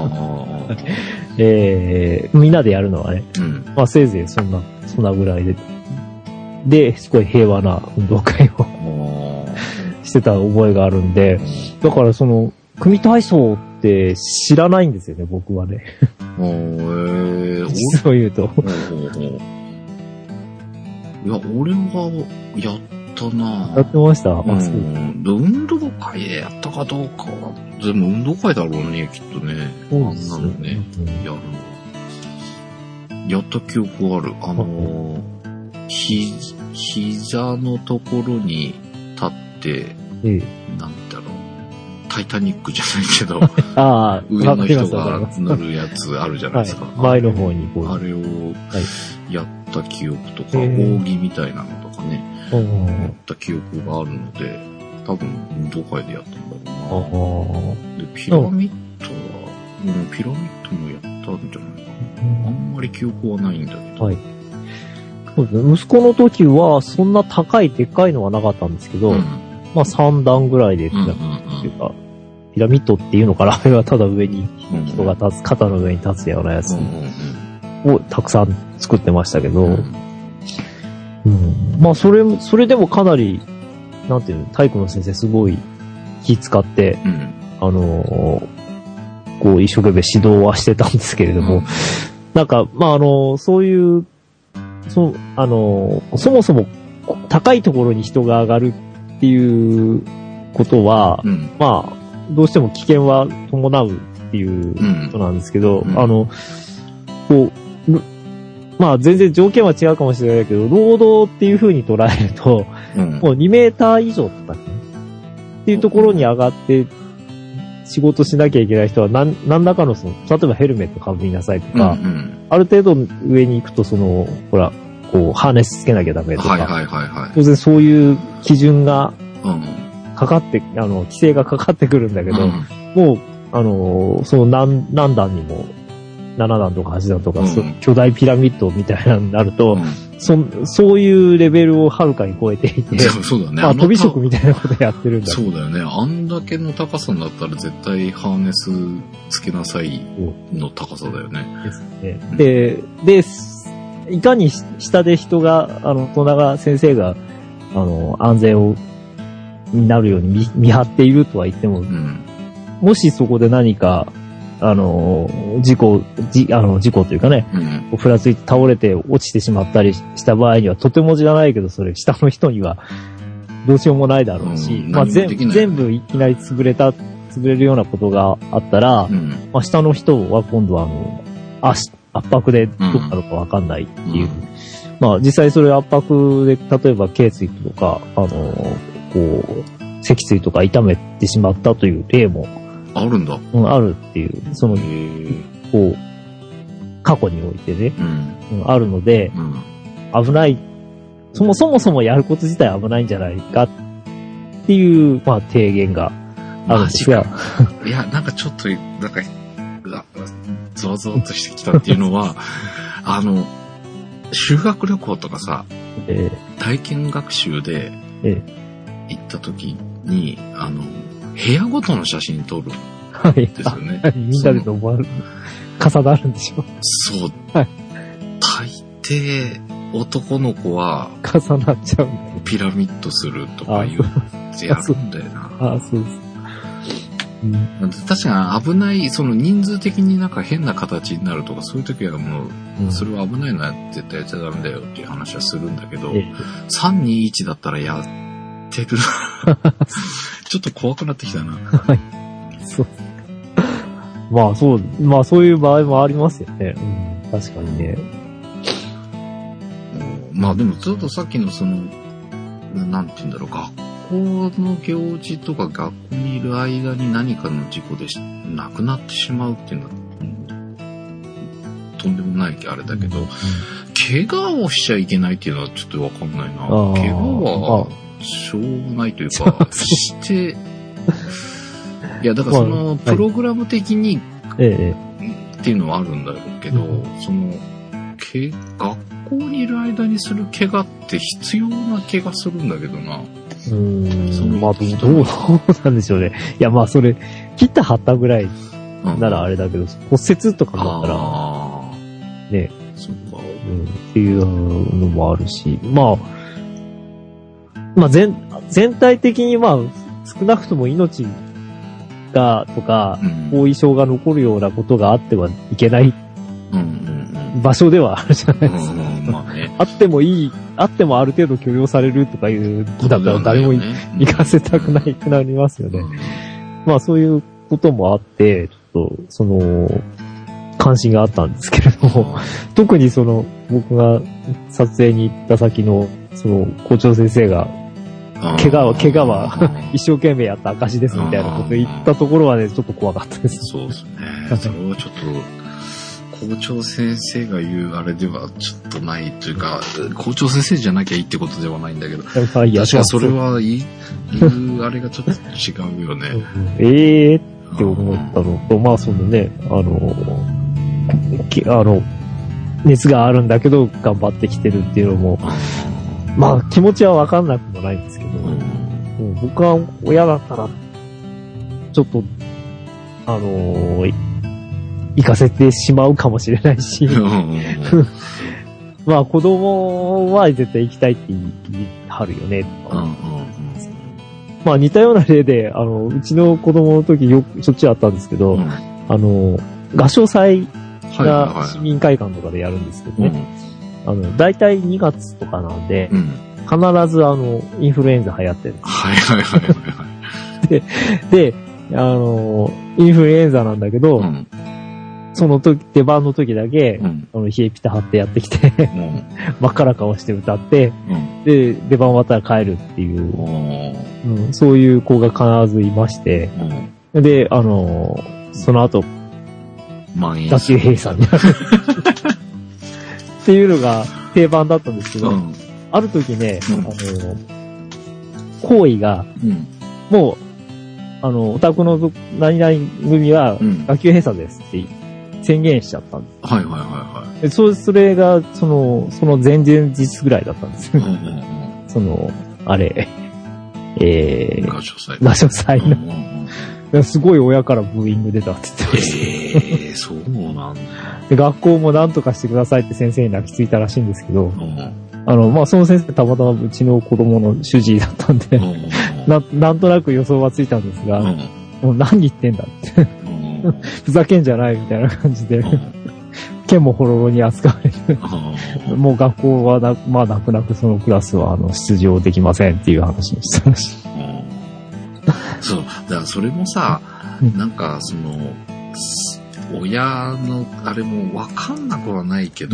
みんなでやるのはね、まあせいぜいそんなぐらいで、すごい平和な運動会をしてた覚えがあるんで、だから組体操って知らないんですよね、僕はね。実を言うと。 いや、俺はやったな。 やってました。 運動会でやったかどうかは、全部運動会だろうね、きっとね。あんなのね、やるの。やった記憶ある。膝のところに立って、なんだろう。タイタニックじゃないけど、上の人が乗るやつあるじゃないですか。 前の方にあれをやった記憶とか、扇みたいなのとかね、やった記憶があるので、多分運動会でやったんだろうな。で、ピラミッドもやったんじゃないかな。あんまり記憶はないんだけど。 そうですね。息子の時は、そんな高い、でっかいのはなかったんですけど、まあ3段ぐらいでピラミッドっていうか、ピラミッドっていうのかな、あれはただ上に人が立つ、肩の上に立つようなやつをたくさん作ってましたけど、まあそれでもかなり、なんていうの、体育の先生すごい気使って、こう一生懸命指導はしてたんですけれども、なんか、まあそういう、そもそも高いところに人が上がるっていうことは、まあ、どうしても危険は伴うっていうことなんですけど、まあ全然条件は違うかもしれないけど、労働っていう風に捉えると、もう2メーター以上とかっていうところに上がって仕事しなきゃいけない人は何らかの例えばヘルメットかぶりなさいとか、ある程度上に行くとほら、こう、ハーネスつけなきゃダメとか、当然そういう基準がかかって、規制がかかってくるんだけど、もう、何段にも、7段とか8段とか、巨大ピラミッドみたいなのになると、そういうレベルをはるかに超えていて、 そうだね。 まあ、飛び職みたいなことやってるんだ。 そうだよね。あんだけの高さになったら絶対ハーネスつけなさいの高さだよね。 ですね。で、いかに下で人が、戸永先生が、安全になるように見張っているとは言っても、もしそこで何か、事故というかね、ふらついて倒れて落ちてしまったりした場合には、とてもじゃないけど、それ下の人にはどうしようもないだろうし、まあ全部いきなり潰れるようなことがあったら、まあ下の人は今度は圧迫でどうなるかわかんないっていう。まあ実際それ圧迫で、例えば頸椎とか、こう、脊椎とか痛めてしまったという例も、 あるんだ。 あるっていう、こう、過去においてね、あるので、危ない、そもそもやること自体危ないんじゃないかっていう、まあ提言があるんですが。 いや、なんかちょっと、なんか、ゾワゾワとしてきたっていうのは、修学旅行とかさ、体験学習で行った時に、部屋ごとの写真撮るんですよね。 みんなで重なるんでしょ。 そう。大抵、男の子は、 重なっちゃうんだよ。 ピラミッドするとかやるんだよな。 そうです。 確かに危ない、人数的になんか変な形になるとか、そういう時はもう、それは危ないのは絶対やっちゃダメだよっていう話はするんだけど、3、2、1だったらやってるちょっと怖くなってきたな。 はい。そう。まあそういう場合もありますよね。確かにね。 まあでもちょっとさっきのなんて言うんだろう、学校の行事とか学校にいる間に何かの事故で亡くなってしまうっていうのは、とんでもないあれだけど、怪我をしちゃいけないっていうのはちょっとわかんないな。怪我は、しょうがないというか、して、いや、だからプログラム的に、っていうのはあるんだろうけど、学校校にいる間にする怪我って必要な気がするんだけどな。 まあ、どうなんでしょうね。いや、まあ、それ、切った貼ったぐらいならあれだけど、骨折とかだったら、ね、 そうか。 っていうのもあるし、まあ、全体的にまあ、少なくとも命が、とか、後遺症が残るようなことがあってはいけない場所ではあるじゃないですか。 まあね、 あってもある程度許容されるとかいうだったら誰も行かせたくないくなりますよね。まあそういうこともあって、ちょっと、関心があったんですけれども、特に僕が撮影に行った先の、校長先生が、怪我は一生懸命やった証ですみたいなこと言ったところはね、ちょっと怖かったです。 そうですね。それはちょっと、校長先生が言うあれではちょっとないというか、校長先生じゃなきゃいいってことではないんだけど、確かそれは言うあれがちょっと違うよね。 って思ったのと、まあ熱があるんだけど頑張ってきてるっていうのも、まあ気持ちはわかんなくもないんですけど、僕は親だったら、ちょっと、行かせてしまうかもしれないし、まあ子供は絶対行きたいって言いはるよね、まあ似たような例で、うちの子供の時しょっちゅうあったんですけど、合唱祭が市民会館とかでやるんですけどね、だいたい2月とかなんで、必ずインフルエンザ流行ってるんです。で、インフルエンザなんだけど、その時、出番の時だけ、冷えピタ貼ってやってきて、真っ赤な顔して歌って、で、出番終わったら帰るっていう、そういう子が必ずいまして、で、その後、学級閉鎖になる。っていうのが定番だったんですけど、ある時ね、行為が、もう、お宅の何々組は学級閉鎖ですって宣言しちゃったんです。それが、その前々日ぐらいだったんですよ。合唱祭の。すごい親からブーイング出たって言ってました。 そうなんだ。 で、学校も何とかしてくださいって先生に泣きついたらしいんですけど、まあ、その先生たまたまうちの子供の主治医だったんで、なんとなく予想はついたんですが、もう何言ってんだって。ふざけんじゃないみたいな感じで、剣もほろろに扱われる。もう学校はまあ泣く泣くそのクラスは出場できませんっていう話をしたらしい。 そう、だからそれもさ、なんか親のあれもわかんなくはないけど、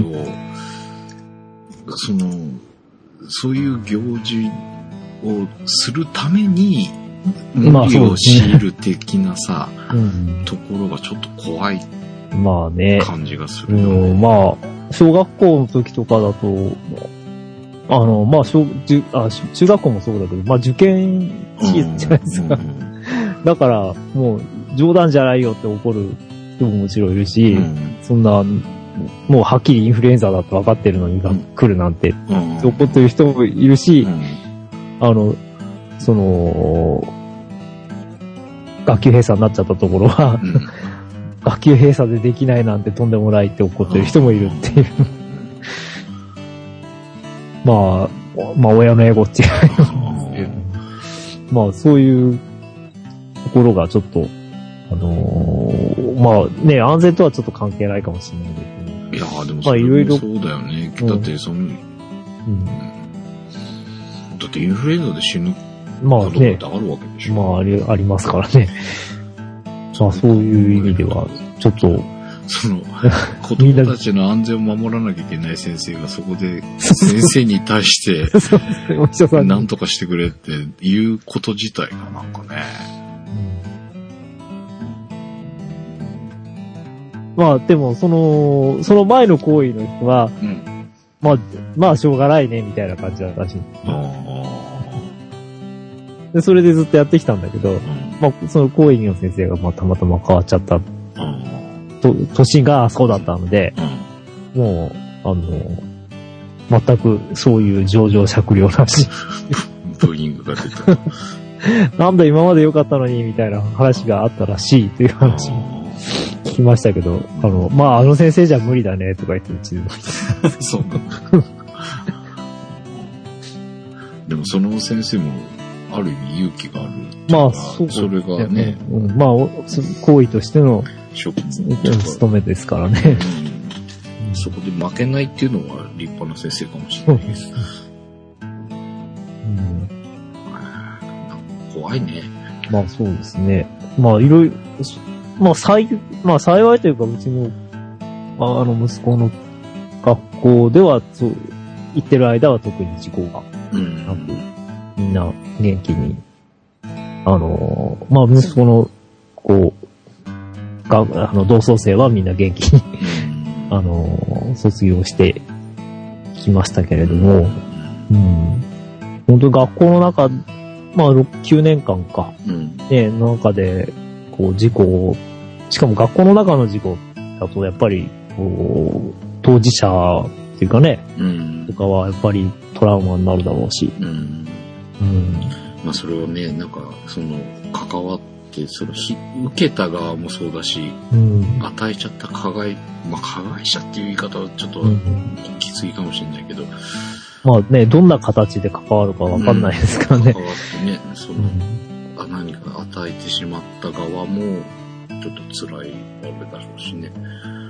そういう行事をするために無理を強いる的なさ、ところがちょっと怖い感じがするよね。 まあ、小学校の時とかだと、まあ、中学校もそうだけど、まあ受験シーズンじゃないですか。だから、もう冗談じゃないよって怒る人ももちろんいるし、そんな、もうはっきりインフルエンザだと分かってるのに来るなんて、怒ってる人もいるし、学級閉鎖になっちゃったところは、学級閉鎖でできないなんてとんでもないって怒ってる人もいるっていう。まあ親のエゴっていう。まあそういうところがちょっと、まあね、安全とはちょっと関係ないかもしれないけど。 いやでもそれもそうだよね。だってだってインフルエンザで死ぬことってあるわけでしょ。 まあありますからね。まあそういう意味では、ちょっと、 子供たちの安全を守らなきゃいけない先生がそこで先生に対して何とかしてくれっていうこと自体がなんかね。 まあでもその前の行為の人は、まあしょうがないねみたいな感じだったらしい。でそれでずっとやってきたんだけど、まあその行為の先生がたまたま変わっちゃった。年がそうだったので、もう、 全くそういう上場酌量なし。 ブーイングが出た。 なんだ今まで良かったのに、みたいな話があったらしいという話も聞きましたけど、まあ、あの先生じゃ無理だね、とか言ってうちで。 そうなんだ。でもその先生も、ある意味勇気がある。 まあ、そうそれがね。 まあ、行為としての務めですからね。 そこで負けないっていうのは立派な先生かもしれないです。怖いね。 まあそうですね。まあいろいろ、まあ幸いというかうちの、息子の学校では、そう、行ってる間は特に事故がなく、みんな元気に、まあ息子の、こう、同窓生はみんな元気に、卒業してきましたけれども、本当に学校の中、まあ、9年間か。ね、中で、こう、事故を、しかも学校の中の事故だと、やっぱり、こう、当事者っていうかね、とかはやっぱりトラウマになるだろうし。 まあ、それをね、なんか、関わって、受けた側もそうだし、与えちゃった加害者っていう言い方はちょっと、きついかもしれないけど、 まあね、どんな形で関わるかわかんないですからね。 関わってね、何か与えてしまった側も、ちょっと辛いあれだろうしね。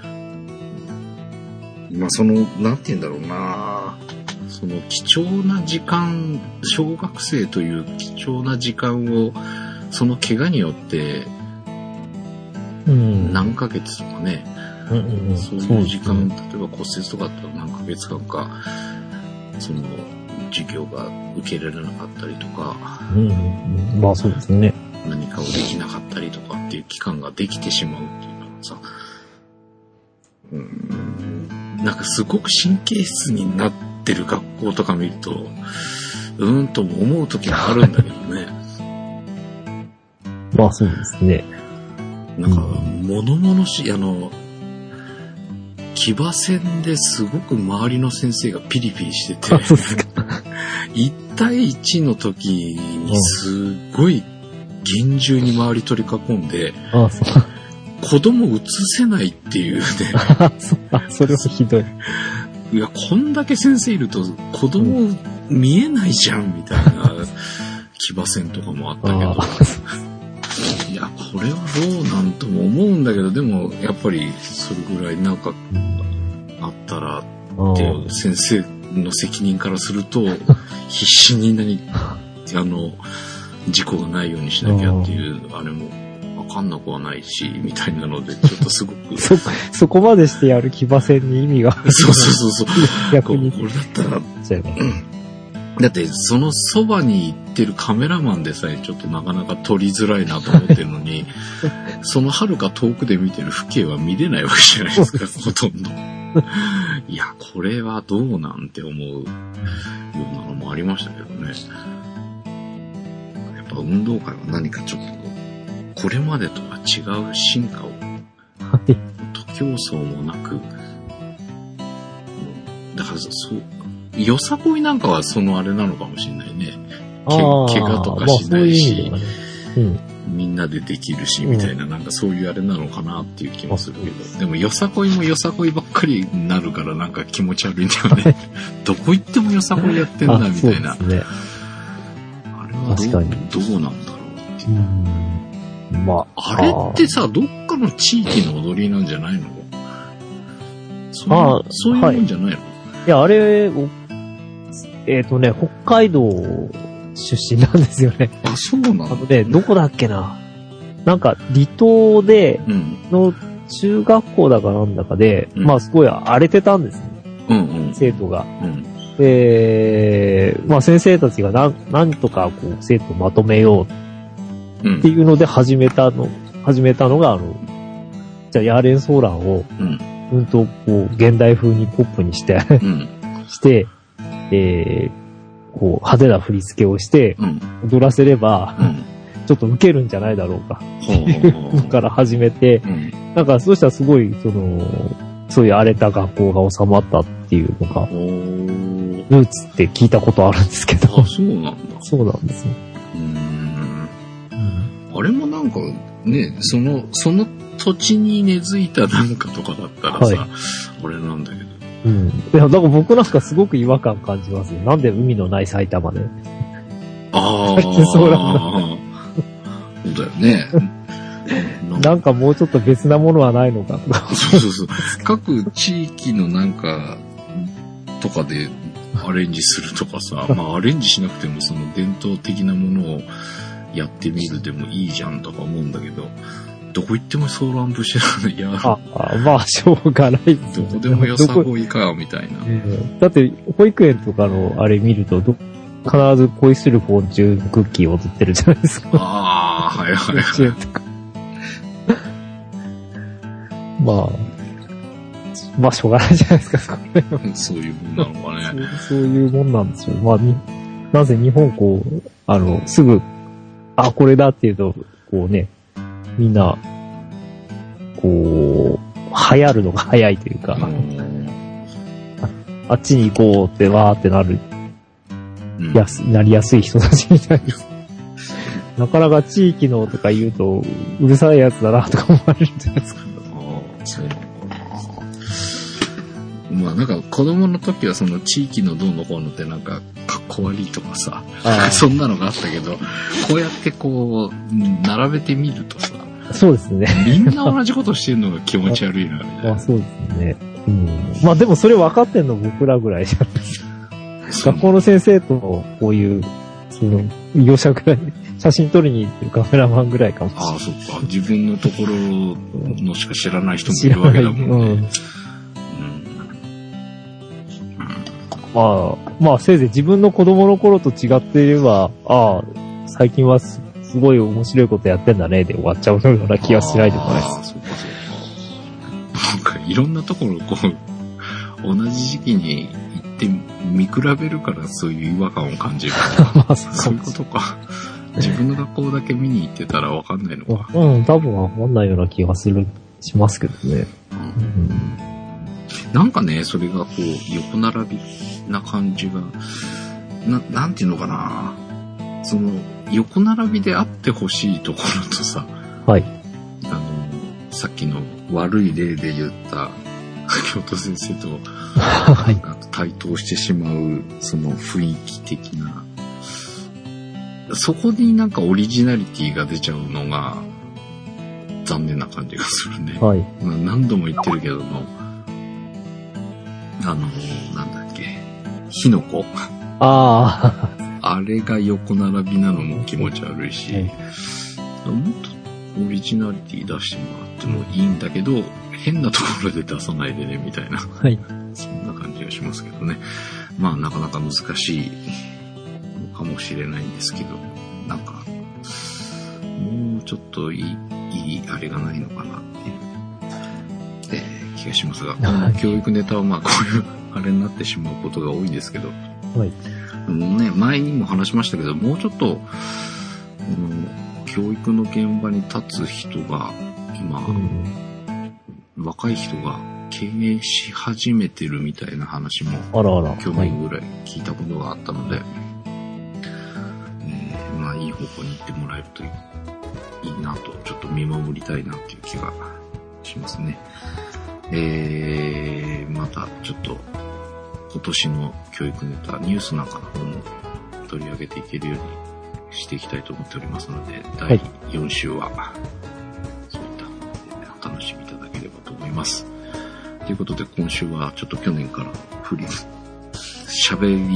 まあなんて言うんだろうな、貴重な時間、小学生という貴重な時間を、その怪我によって、何ヶ月とかね、そういう時間、例えば骨折とかあったら何ヶ月間か、授業が受けられなかったりとか、 まあそうですね。 何かをできなかったりとかっていう期間ができてしまうっていうのがさ、なんかすごく神経質になってる学校とか見ると、とも思う時があるんだけどね。 まあそうですね。 なんか、物々しい、騎馬戦ですごく周りの先生がピリピリしてて、1対1の時にすごい厳重に周り取り囲んで、子供映せないっていうね。 それはひどい。 いや、こんだけ先生いると子供見えないじゃんみたいな騎馬戦とかもあったけど。いや、これはどうなんとも思うんだけど、でもやっぱりそれぐらいなんかあったらっていう先生の責任からすると必死に事故がないようにしなきゃっていうあれも分かんなくはないしみたいなのでちょっとすごくそこまでしてやる騎馬戦に意味がそう逆にこれだったらだってそのそばに行ってるカメラマンでさえちょっとなかなか撮りづらいなと思ってるのにその遥か遠くで見てる風景は見れないわけじゃないですかほとんど。いやこれはどうなんて思うようなのもありましたけどね。やっぱ運動会は何かちょっとこれまでとは違う進化を徒競走もなくだからよさこいなんかはそのあれなのかもしれないね。怪我とかしないし、みんなでできるし、みたいな、なんかそういうあれなのかなっていう気もするけど、でもよさこいもよさこいばっかりになるからなんか気持ち悪いんだよね。どこ行ってもよさこいやってんだ、みたいな。あれはどうなんだろうっていう。あれってさ、どっかの地域の踊りなんじゃないの？そういうもんじゃないの？ いや、あれ、北海道出身なんですよね。 あ、そうなの？ どこだっけな。なんか、離島で、の中学校だかなんだかで、まあすごい荒れてたんですね。生徒が。まあ先生たちがなんとかこう生徒をまとめようっていうので始めたのがじゃあヤーレンソーラーを、こう、現代風にポップにして、して、こう、派手な振り付けをして、踊らせれば、ちょっとウケるんじゃないだろうか。っていうのから始めて、なんか、そうしたらすごい、そういう荒れた学校が収まったっていうのが、 ルーツって聞いたことあるんですけど。 あ、そうなんだ。 そうなんですね。 あれもなんかね、その土地に根付いたなんかとかだったらさ、 はい、 あれなんだけど。 うん。いや、だから僕なんかすごく違和感感じますよ。なんで海のない埼玉で。 ああ。 そうなんだ。 そうだよね。 なんかもうちょっと別なものはないのかとか。 そうそうそう。各地域のなんか、とかでアレンジするとかさ、まあアレンジしなくてもその伝統的なものをやってみるでもいいじゃんとか思うんだけど、どこ行ってもソーラン節なの、いや。 まあ、しょうがないですどこでもよさこいか、みたいな。 だって、保育園とかのあれ見ると、必ず恋する昆虫クッキーを踊ってるじゃないですか。 ああ、はいはいはい。 まあ、しょうがないじゃないですか、 そういうもんなのかね。 そういうもんなんですよ。まあ、なぜ日本すぐ、これだっていうと、みんな、流行るのが早いというか、あっちに行こうってわーってなりやすい人たちみたいです。なかなか地域のとか言うと、うるさいやつだなとか思われるんじゃないですか。 そうなのかな。まあなんか子供の時はその地域のどうのこうのってなんかかっこ悪いとかさ、そんなのがあったけど、こうやって並べてみるとさ、 そうですね。 みんな同じことしてるのが気持ち悪いな、みたいな。 そうですね。まあでもそれ分かってんの僕らぐらいじゃないですか。学校の先生とこういう、業者ぐらい、写真撮りに行ってるカメラマンぐらいかもしれない。 そっか。自分のところのしか知らない人もいるわけだもんね。 まあせいぜい自分の子供の頃と違っていれば、最近はすごい面白いことやってんだねで終わっちゃうような気がしないでもないです。 そうかそうか。なんかいろんなところ同じ時期に行って見比べるからそういう違和感を感じる。そういうことか。自分の学校だけ見に行ってたらわかんないのか。 多分わかんないような気がしますけどね。 なんかね、それが横並びな感じが、なんていうのかな。横並びであってほしいところとさ、 はい。 さっきの悪い例で言った、京都先生と、対等してしまう、その雰囲気的な、そこになんかオリジナリティが出ちゃうのが、残念な感じがするね。 はい。 何度も言ってるけども、なんだっけ、火の粉？あれが横並びなのも気持ち悪いし、もっとオリジナリティ出してもらってもいいんだけど、変なところで出さないでね、みたいな。 はい。 そんな感じがしますけどね。まあ、なかなか難しいのかもしれないんですけど、なんか、もうちょっといいあれがないのかなっていう、気がしますが、この教育ネタはまあ、こういうあれになってしまうことが多いんですけど、 はい。 ね、前にも話しましたけど、もうちょっと、教育の現場に立つ人が、今、若い人が経営し始めてるみたいな話も、去年ぐらい聞いたことがあったので、まあいい方向に行ってもらえるといいなと、ちょっと見守りたいなっていう気がしますね。またちょっと今年の教育ネタ、ニュースなんかの方も取り上げていけるようにしていきたいと思っておりますので、第4週は、そういったお楽しみいただければと思います。ということで今週はちょっと去年から喋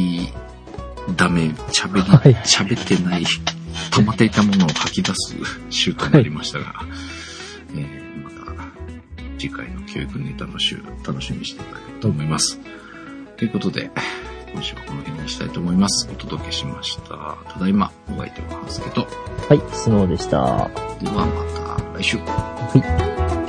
ってない、溜まっていたものを吐き出す週となりましたが、また次回の教育ネタの週楽しみにしていただければと思います。ということで、今週はこの辺にしたいと思います。お届けしました。ただいま、お相手はハスケと。 はい、スノーでした。 ではまた来週。 はい。